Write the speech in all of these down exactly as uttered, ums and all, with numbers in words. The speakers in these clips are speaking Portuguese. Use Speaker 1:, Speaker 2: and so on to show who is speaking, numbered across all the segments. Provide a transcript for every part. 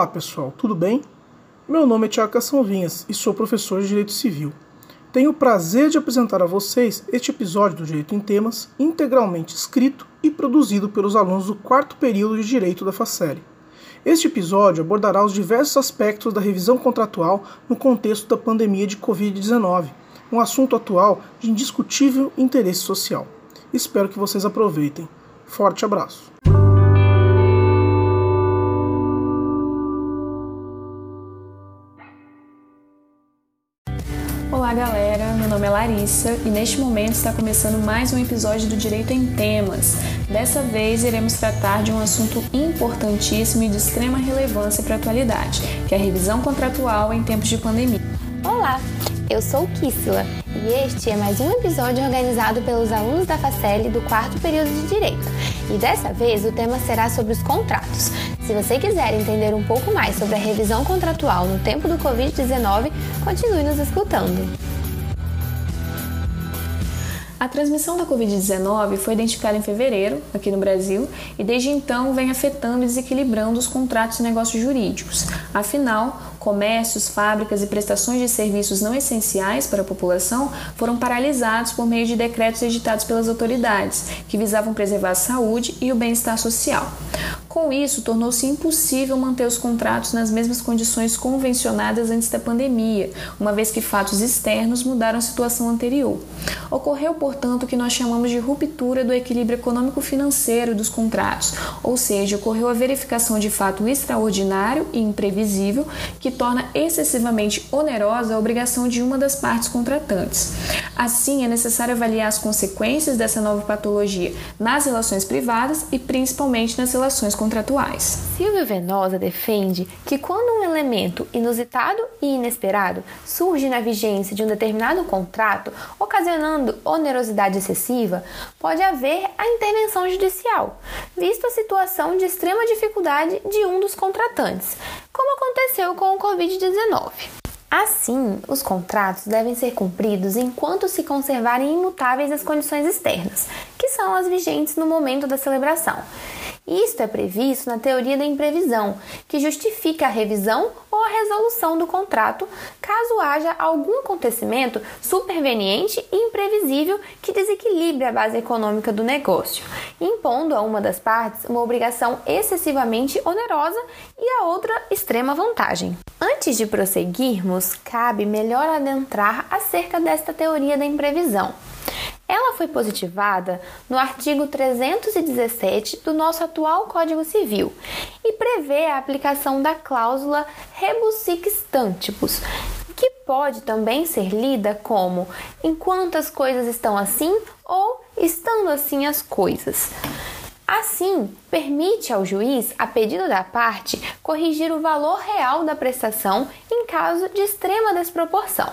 Speaker 1: Olá pessoal, tudo bem? Meu nome é Thiago Caçãovinhas e sou professor de Direito Civil. Tenho o prazer de apresentar a vocês este episódio do Direito em Temas, integralmente escrito e produzido pelos alunos do quarto período de Direito da Facere. Este episódio abordará os diversos aspectos da revisão contratual no contexto da pandemia de covid dezenove, um assunto atual de indiscutível interesse social. Espero que vocês aproveitem. Forte abraço!
Speaker 2: Olá galera, meu nome é Larissa e neste momento está começando mais um episódio do Direito em Temas. Dessa vez iremos tratar de um assunto importantíssimo e de extrema relevância para a atualidade, que é a revisão contratual em tempos de pandemia.
Speaker 3: Olá, eu sou Kissila e este é mais um episódio organizado pelos alunos da Facele do quarto período de Direito. E dessa vez o tema será sobre os contratos. Se você quiser entender um pouco mais sobre a revisão contratual no tempo do covid dezenove, continue nos escutando.
Speaker 2: A transmissão da covid dezenove foi identificada em fevereiro, aqui no Brasil, e desde então vem afetando e desequilibrando os contratos e negócios jurídicos. Afinal, comércios, fábricas e prestações de serviços não essenciais para a população foram paralisados por meio de decretos editados pelas autoridades, que visavam preservar a saúde e o bem-estar social. Com isso, tornou-se impossível manter os contratos nas mesmas condições convencionadas antes da pandemia, uma vez que fatos externos mudaram a situação anterior. Ocorreu, portanto, o que nós chamamos de ruptura do equilíbrio econômico-financeiro dos contratos, ou seja, ocorreu a verificação de fato extraordinário e imprevisível que torna excessivamente onerosa a obrigação de uma das partes contratantes. Assim, é necessário avaliar as consequências dessa nova patologia nas relações privadas e principalmente nas relações contratuais.
Speaker 3: Silvia Venosa defende que quando um elemento inusitado e inesperado surge na vigência de um determinado contrato, ocasionando onerosidade excessiva, pode haver a intervenção judicial, visto a situação de extrema dificuldade de um dos contratantes, como aconteceu com o covid dezenove. Assim, os contratos devem ser cumpridos enquanto se conservarem imutáveis as condições externas, que são as vigentes no momento da celebração. Isto é previsto na teoria da imprevisão, que justifica a revisão ou a resolução do contrato caso haja algum acontecimento superveniente e imprevisível que desequilibre a base econômica do negócio, impondo a uma das partes uma obrigação excessivamente onerosa e a outra extrema vantagem. Antes de prosseguirmos, cabe melhor adentrar acerca desta teoria da imprevisão. Ela foi positivada no artigo trezentos e dezessete do nosso atual Código Civil e prevê a aplicação da cláusula rebus sic stantibus, que pode também ser lida como enquanto as coisas estão assim ou estando assim as coisas. Assim, permite ao juiz, a pedido da parte, corrigir o valor real da prestação em caso de extrema desproporção.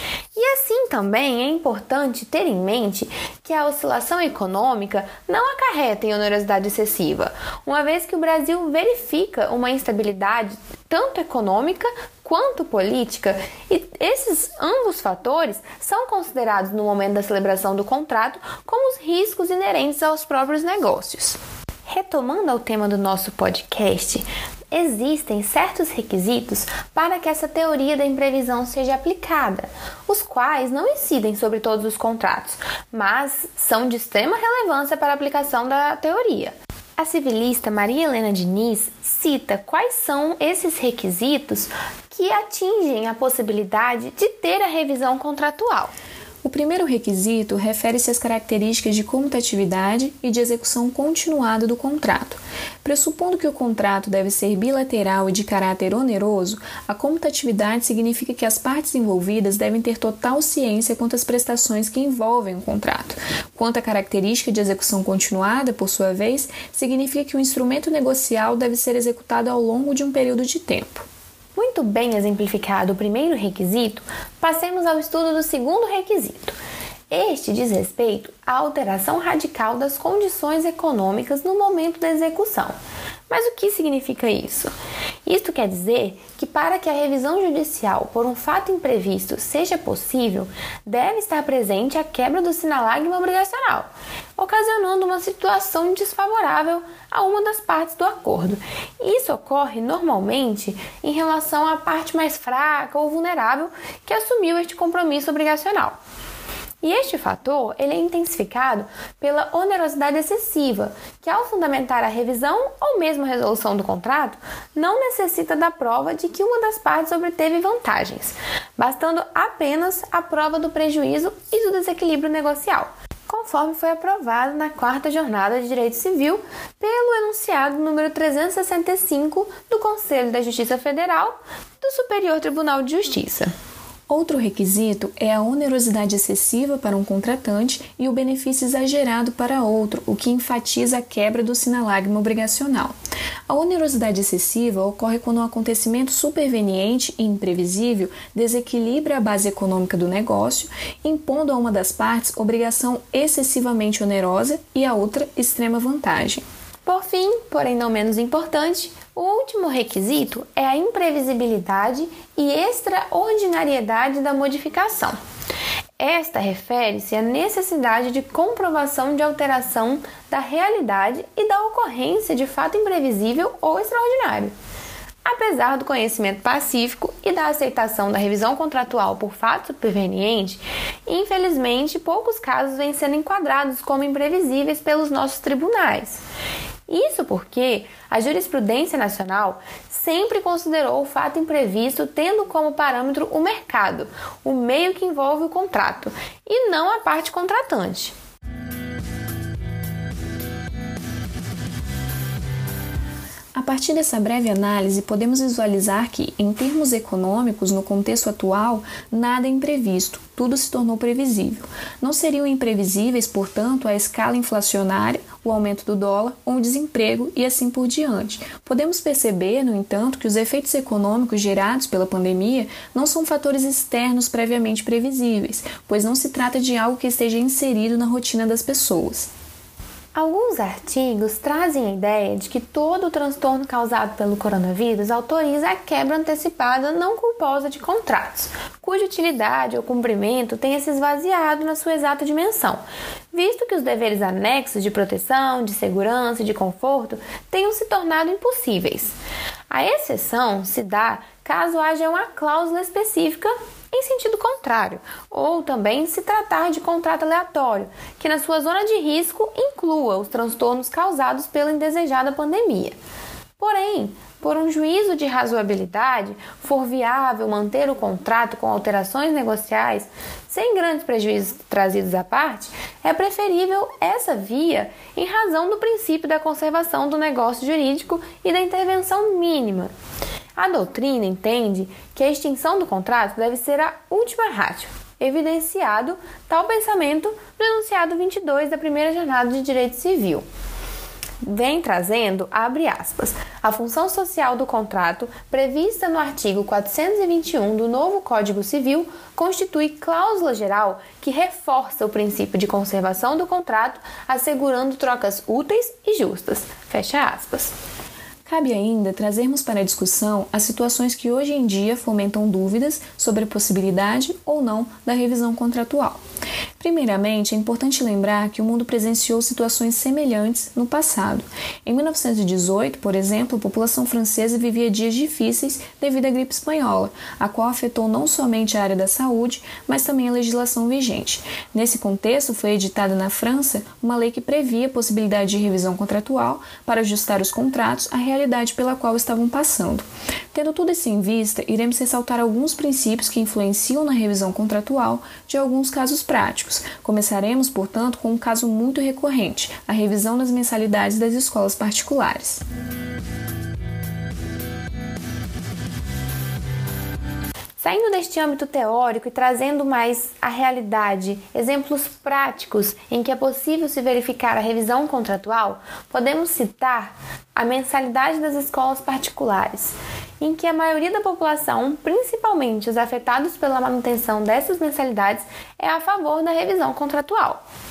Speaker 3: E assim também é importante ter em mente que a oscilação econômica não acarreta em onerosidade excessiva, uma vez que o Brasil verifica uma instabilidade tanto econômica quanto política, e esses ambos fatores são considerados no momento da celebração do contrato como os riscos inerentes aos próprios negócios. Retomando ao tema do nosso podcast, existem certos requisitos para que essa teoria da imprevisão seja aplicada, os quais não incidem sobre todos os contratos, mas são de extrema relevância para a aplicação da teoria. A civilista Maria Helena Diniz cita quais são esses requisitos que atingem a possibilidade de ter a revisão contratual.
Speaker 2: O primeiro requisito refere-se às características de comutatividade e de execução continuada do contrato. Pressupondo que o contrato deve ser bilateral e de caráter oneroso, a comutatividade significa que as partes envolvidas devem ter total ciência quanto às prestações que envolvem o contrato. Quanto à característica de execução continuada, por sua vez, significa que o instrumento negocial deve ser executado ao longo de um período de tempo.
Speaker 3: Muito bem exemplificado o primeiro requisito, passemos ao estudo do segundo requisito. Este diz respeito à alteração radical das condições econômicas no momento da execução. Mas o que significa isso? Isto quer dizer que para que a revisão judicial por um fato imprevisto seja possível, deve estar presente a quebra do sinalagma obrigacional, ocasionando uma situação desfavorável a uma das partes do acordo. Isso ocorre normalmente em relação à parte mais fraca ou vulnerável que assumiu este compromisso obrigacional. E este fator ele é intensificado pela onerosidade excessiva, que ao fundamentar a revisão ou mesmo a resolução do contrato, não necessita da prova de que uma das partes obteve vantagens, bastando apenas a prova do prejuízo e do desequilíbrio negocial, conforme foi aprovado na quarta Jornada de Direito Civil pelo enunciado número trezentos e sessenta e cinco do Conselho da Justiça Federal do Superior Tribunal de Justiça.
Speaker 2: Outro requisito é a onerosidade excessiva para um contratante e o benefício exagerado para outro, o que enfatiza a quebra do sinalagma obrigacional. A onerosidade excessiva ocorre quando um acontecimento superveniente e imprevisível desequilibra a base econômica do negócio, impondo a uma das partes obrigação excessivamente onerosa e a outra extrema vantagem.
Speaker 3: Por fim, porém não menos importante, o último requisito é a imprevisibilidade e extraordinariedade da modificação. Esta refere-se à necessidade de comprovação de alteração da realidade e da ocorrência de fato imprevisível ou extraordinário. Apesar do conhecimento pacífico e da aceitação da revisão contratual por fato superveniente, infelizmente poucos casos vêm sendo enquadrados como imprevisíveis pelos nossos tribunais. Isso porque a jurisprudência nacional sempre considerou o fato imprevisto tendo como parâmetro o mercado, o meio que envolve o contrato, e não a parte contratante.
Speaker 2: A partir dessa breve análise, podemos visualizar que, em termos econômicos, no contexto atual, nada é imprevisto, tudo se tornou previsível. Não seriam imprevisíveis, portanto, a escala inflacionária, o aumento do dólar ou o desemprego e assim por diante. Podemos perceber, no entanto, que os efeitos econômicos gerados pela pandemia não são fatores externos previamente previsíveis, pois não se trata de algo que esteja inserido na rotina das pessoas.
Speaker 3: Alguns artigos trazem a ideia de que todo o transtorno causado pelo coronavírus autoriza a quebra antecipada não culposa de contratos, cuja utilidade ou cumprimento tenha se esvaziado na sua exata dimensão, visto que os deveres anexos de proteção, de segurança e de conforto tenham se tornado impossíveis. A exceção se dá caso haja uma cláusula específica em sentido contrário, ou também se tratar de contrato aleatório, que na sua zona de risco inclua os transtornos causados pela indesejada pandemia. Porém, por um juízo de razoabilidade, for viável manter o contrato com alterações negociais, sem grandes prejuízos trazidos à parte, é preferível essa via em razão do princípio da conservação do negócio jurídico e da intervenção mínima. A doutrina entende que a extinção do contrato deve ser a última ratio, evidenciado tal pensamento no enunciado vinte e dois da primeira Jornada de Direito Civil. Vem trazendo, abre aspas, a função social do contrato, prevista no artigo quatrocentos e vinte e um do novo Código Civil, constitui cláusula geral que reforça o princípio de conservação do contrato, assegurando trocas úteis e justas. Fecha aspas.
Speaker 2: Cabe ainda trazermos para a discussão as situações que hoje em dia fomentam dúvidas sobre a possibilidade ou não da revisão contratual. Primeiramente, é importante lembrar que o mundo presenciou situações semelhantes no passado. Em mil novecentos e dezoito, por exemplo, a população francesa vivia dias difíceis devido à gripe espanhola, a qual afetou não somente a área da saúde, mas também a legislação vigente. Nesse contexto, foi editada na França uma lei que previa a possibilidade de revisão contratual para ajustar os contratos à realidade pela qual estavam passando. Tendo tudo isso em vista, iremos ressaltar alguns princípios que influenciam na revisão contratual de alguns casos práticos. Começaremos, portanto, com um caso muito recorrente, a revisão das mensalidades das escolas particulares.
Speaker 3: Saindo deste âmbito teórico e trazendo mais a realidade, exemplos práticos em que é possível se verificar a revisão contratual, podemos citar a mensalidade das escolas particulares, em que a maioria da população, principalmente os afetados pela manutenção dessas mensalidades, é a favor da revisão contratual.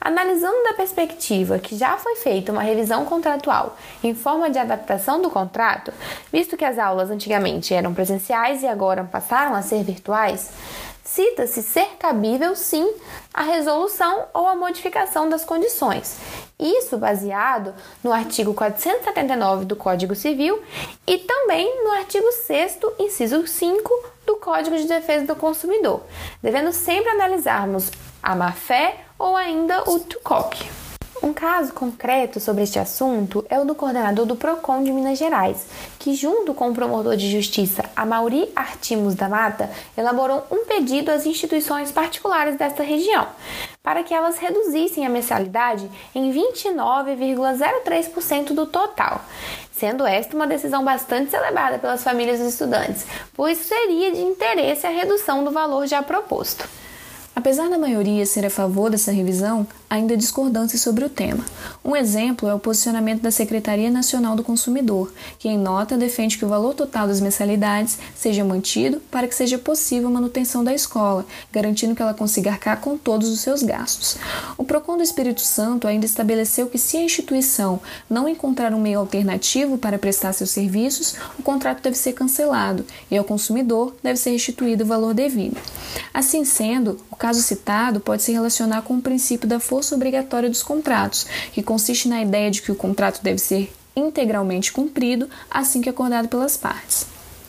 Speaker 3: Analisando da perspectiva que já foi feita uma revisão contratual em forma de adaptação do contrato, visto que as aulas antigamente eram presenciais e agora passaram a ser virtuais, cita-se ser cabível, sim, a resolução ou a modificação das condições. Isso baseado no artigo quatrocentos e setenta e nove do Código Civil e também no artigo sexto, inciso cinco, do Código de Defesa do Consumidor, devendo sempre analisarmos a má-fé ou ainda o tucoque. Um caso concreto sobre este assunto é o do coordenador do PROCON de Minas Gerais, que junto com o promotor de justiça Amaury Artimos da Mata, elaborou um pedido às instituições particulares desta região, para que elas reduzissem a mensalidade em vinte e nove vírgula zero três por cento do total, sendo esta uma decisão bastante celebrada pelas famílias dos estudantes, pois seria de interesse a redução do valor já proposto.
Speaker 2: Apesar da maioria ser a favor dessa revisão, ainda há discordâncias sobre o tema. Um exemplo é o posicionamento da Secretaria Nacional do Consumidor, que em nota defende que o valor total das mensalidades seja mantido para que seja possível a manutenção da escola, garantindo que ela consiga arcar com todos os seus gastos. O PROCON do Espírito Santo ainda estabeleceu que se a instituição não encontrar um meio alternativo para prestar seus serviços, o contrato deve ser cancelado e ao consumidor deve ser restituído o valor devido. Assim sendo, o caso citado pode se relacionar com o princípio da força obrigatória dos contratos, que consiste na ideia de que o contrato deve ser integralmente cumprido assim que acordado pelas partes.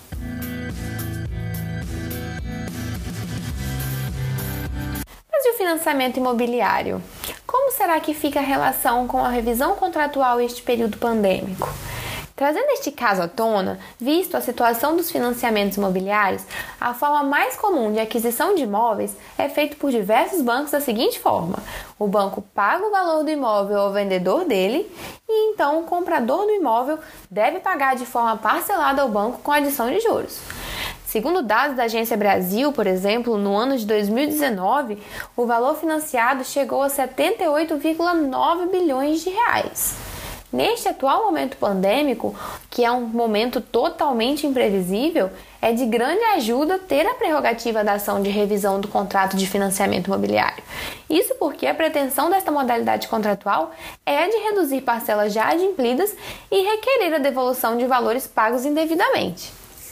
Speaker 3: Mas e o financiamento imobiliário? Como será que fica a relação com a revisão contratual este período pandêmico? Trazendo este caso à tona, visto a situação dos financiamentos imobiliários, a forma mais comum de aquisição de imóveis é feita por diversos bancos da seguinte forma: o banco paga o valor do imóvel ao vendedor dele e então o comprador do imóvel deve pagar de forma parcelada ao banco com adição de juros. Segundo dados da Agência Brasil, por exemplo, no ano de dois mil e dezenove, o valor financiado chegou a setenta e oito vírgula nove bilhões de reais. Neste atual momento pandêmico, que é um momento totalmente imprevisível, é de grande ajuda ter a prerrogativa da ação de revisão do contrato de financiamento imobiliário. Isso porque a pretensão desta modalidade contratual é de reduzir parcelas já adimplidas e requerer a devolução de valores pagos indevidamente.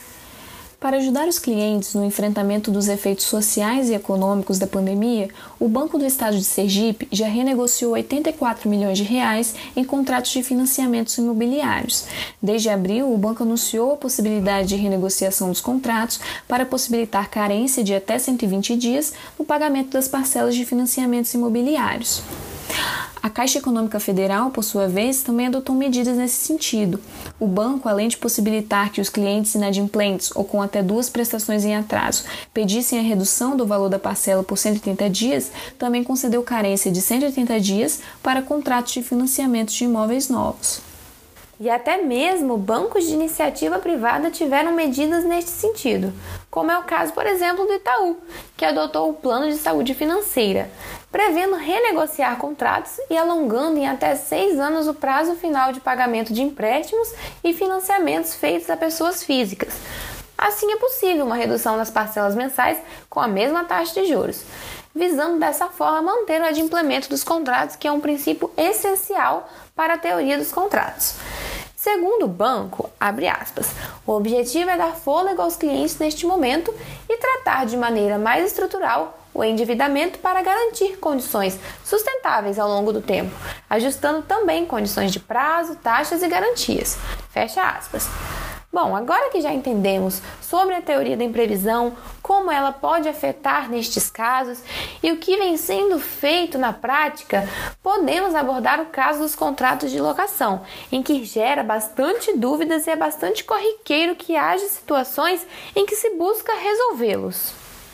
Speaker 2: Para ajudar os clientes no enfrentamento dos efeitos sociais e econômicos da pandemia, o Banco do Estado de Sergipe já renegociou oitenta e quatro milhões de reais em contratos de financiamentos imobiliários. Desde abril, o banco anunciou a possibilidade de renegociação dos contratos para possibilitar carência de até cento e vinte dias no pagamento das parcelas de financiamentos imobiliários. A Caixa Econômica Federal, por sua vez, também adotou medidas nesse sentido. O banco, além de possibilitar que os clientes inadimplentes ou com até duas prestações em atraso pedissem a redução do valor da parcela por cento e oitenta dias, também concedeu carência de cento e oitenta dias para contratos de financiamento de imóveis novos.
Speaker 3: E até mesmo bancos de iniciativa privada tiveram medidas neste sentido, como é o caso, por exemplo, do Itaú, que adotou o Plano de Saúde Financeira, prevendo renegociar contratos e alongando em até seis anos o prazo final de pagamento de empréstimos e financiamentos feitos a pessoas físicas. Assim é possível uma redução das parcelas mensais com a mesma taxa de juros, visando dessa forma manter o adimplemento dos contratos, que é um princípio essencial para a teoria dos contratos. Segundo o banco, abre aspas, o objetivo é dar fôlego aos clientes neste momento e tratar de maneira mais estrutural o endividamento para garantir condições sustentáveis ao longo do tempo, ajustando também condições de prazo, taxas e garantias. Fecha aspas. Bom, agora que já entendemos sobre a teoria da imprevisão, como ela pode afetar nestes casos e o que vem sendo feito na prática, podemos abordar o caso dos contratos de locação, em que gera bastante dúvidas e é bastante corriqueiro que haja situações em que se busca resolvê-los.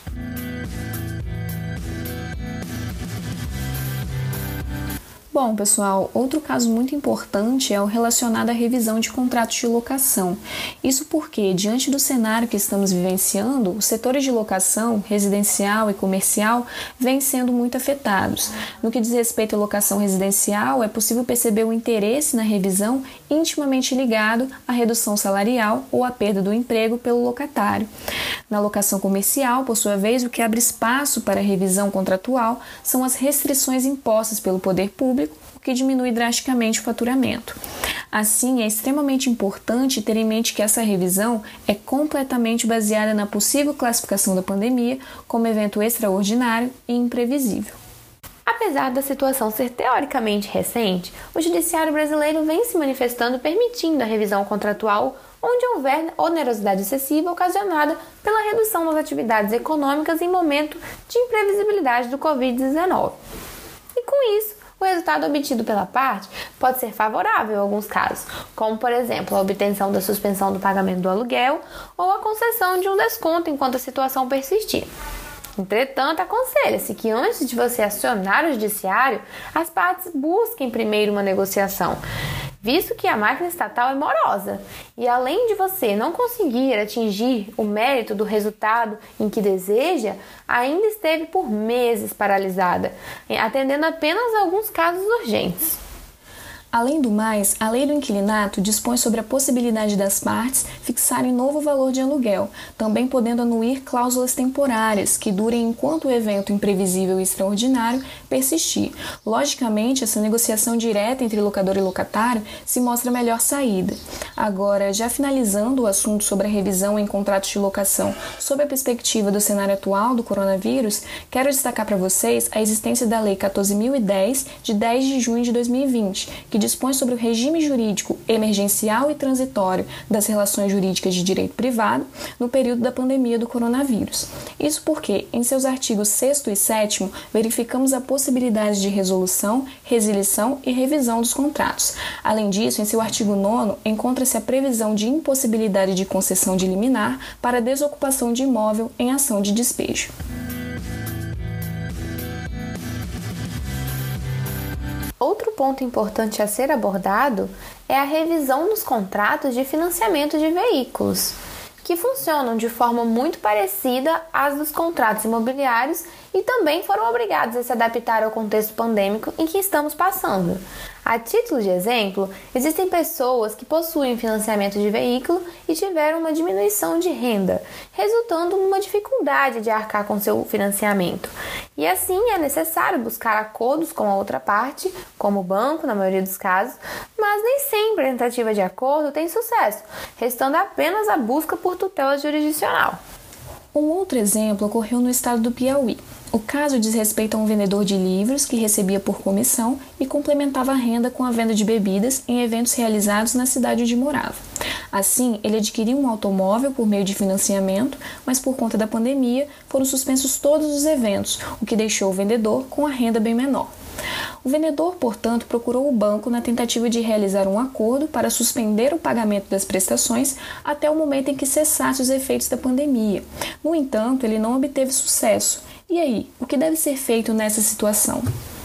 Speaker 2: Bom, pessoal, outro caso muito importante é o relacionado à revisão de contratos de locação. Isso porque, diante do cenário que estamos vivenciando, os setores de locação, residencial e comercial, vêm sendo muito afetados. No que diz respeito à locação residencial, é possível perceber o interesse na revisão intimamente ligado à redução salarial ou à perda do emprego pelo locatário. Na locação comercial, por sua vez, o que abre espaço para a revisão contratual são as restrições impostas pelo poder público, o que diminui drasticamente o faturamento. Assim, é extremamente importante ter em mente que essa revisão é completamente baseada na possível classificação da pandemia como evento extraordinário e imprevisível.
Speaker 3: Apesar da situação ser teoricamente recente, o judiciário brasileiro vem se manifestando permitindo a revisão contratual onde houver onerosidade excessiva ocasionada pela redução das atividades econômicas em momento de imprevisibilidade do covid dezenove. E com isso, o resultado obtido pela parte pode ser favorável em alguns casos, como, por exemplo, a obtenção da suspensão do pagamento do aluguel ou a concessão de um desconto enquanto a situação persistir. Entretanto, aconselha-se que antes de você acionar o judiciário, as partes busquem primeiro uma negociação, visto que a máquina estatal é morosa e além de você não conseguir atingir o mérito do resultado em que deseja, ainda esteve por meses paralisada, atendendo apenas a alguns casos urgentes.
Speaker 2: Além do mais, a lei do inquilinato dispõe sobre a possibilidade das partes fixarem novo valor de aluguel, também podendo anuir cláusulas temporárias que durem enquanto o evento imprevisível e extraordinário persistir. Logicamente, essa negociação direta entre locador e locatário se mostra a melhor saída. Agora, já finalizando o assunto sobre a revisão em contratos de locação sob a perspectiva do cenário atual do coronavírus, quero destacar para vocês a existência da Lei quatorze mil e dez, de dez de junho de dois mil e vinte, que dispõe sobre o regime jurídico emergencial e transitório das relações jurídicas de direito privado no período da pandemia do coronavírus. Isso porque, em seus artigos sexto e sétimo, verificamos a possibilidade de resolução, resilição e revisão dos contratos. Além disso, em seu artigo nono, encontra-se a previsão de impossibilidade de concessão de liminar para desocupação de imóvel em ação de despejo.
Speaker 3: Outro ponto importante a ser abordado é a revisão dos contratos de financiamento de veículos, que funcionam de forma muito parecida às dos contratos imobiliários e também foram obrigados a se adaptar ao contexto pandêmico em que estamos passando. A título de exemplo, existem pessoas que possuem financiamento de veículo e tiveram uma diminuição de renda, resultando numa dificuldade de arcar com seu financiamento. E assim é necessário buscar acordos com a outra parte, como o banco, na maioria dos casos, mas nem sempre a tentativa de acordo tem sucesso, restando apenas a busca por tutela jurisdicional.
Speaker 2: Um outro exemplo ocorreu no estado do Piauí. O caso diz respeito a um vendedor de livros que recebia por comissão e complementava a renda com a venda de bebidas em eventos realizados na cidade onde morava. Assim, ele adquiriu um automóvel por meio de financiamento, mas por conta da pandemia foram suspensos todos os eventos, o que deixou o vendedor com a renda bem menor. O vendedor, portanto, procurou o banco na tentativa de realizar um acordo para suspender o pagamento das prestações até o momento em que cessasse os efeitos da pandemia. No entanto, ele não obteve sucesso. E aí, o que deve ser feito nessa situação?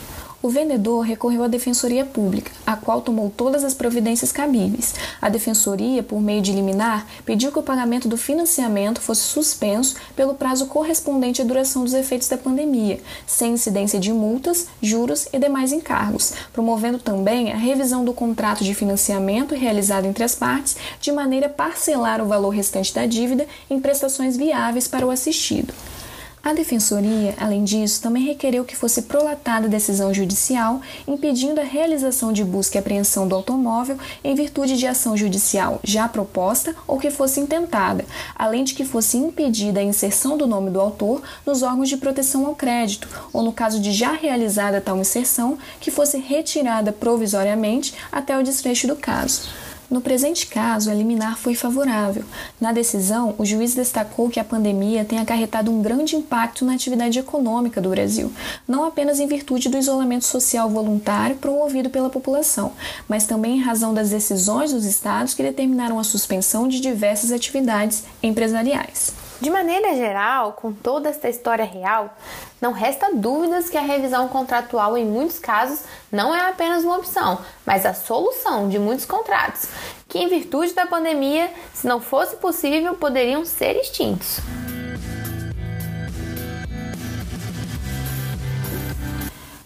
Speaker 2: O vendedor recorreu à Defensoria Pública, a qual tomou todas as providências cabíveis. A Defensoria, por meio de liminar, pediu que o pagamento do financiamento fosse suspenso pelo prazo correspondente à duração dos efeitos da pandemia, sem incidência de multas, juros e demais encargos, promovendo também a revisão do contrato de financiamento realizado entre as partes, de maneira a parcelar o valor restante da dívida em prestações viáveis para o assistido. A Defensoria, além disso, também requereu que fosse prolatada a decisão judicial, impedindo a realização de busca e apreensão do automóvel em virtude de ação judicial já proposta ou que fosse intentada, além de que fosse impedida a inserção do nome do autor nos órgãos de proteção ao crédito, ou no caso de já realizada tal inserção, que fosse retirada provisoriamente até o desfecho do caso. No presente caso, a liminar foi favorável. Na decisão, o juiz destacou que a pandemia tem acarretado um grande impacto na atividade econômica do Brasil, não apenas em virtude do isolamento social voluntário promovido pela população, mas também em razão das decisões dos estados que determinaram a suspensão de diversas atividades empresariais.
Speaker 3: De maneira geral, com toda esta história real, não resta dúvidas que a revisão contratual em muitos casos não é apenas uma opção, mas a solução de muitos contratos, que em virtude da pandemia, se não fosse possível, poderiam ser extintos.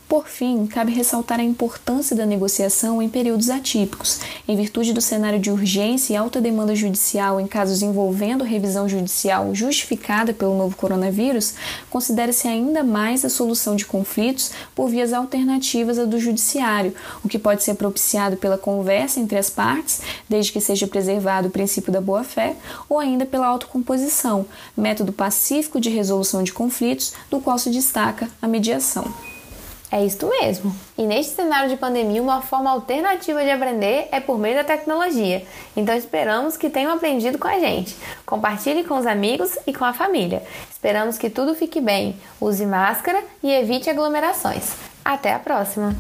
Speaker 2: Por fim, cabe ressaltar a importância da negociação em períodos atípicos. Em virtude do cenário de urgência e alta demanda judicial em casos envolvendo revisão judicial justificada pelo novo coronavírus, considera-se ainda mais a solução de conflitos por vias alternativas à do judiciário, o que pode ser propiciado pela conversa entre as partes, desde que seja preservado o princípio da boa-fé, ou ainda pela autocomposição, método pacífico de resolução de conflitos, no qual se destaca a mediação.
Speaker 3: É isto mesmo. E neste cenário de pandemia, uma forma alternativa de aprender é por meio da tecnologia. Então esperamos que tenham aprendido com a gente. Compartilhe com os amigos e com a família. Esperamos que tudo fique bem. Use máscara e evite aglomerações. Até a próxima!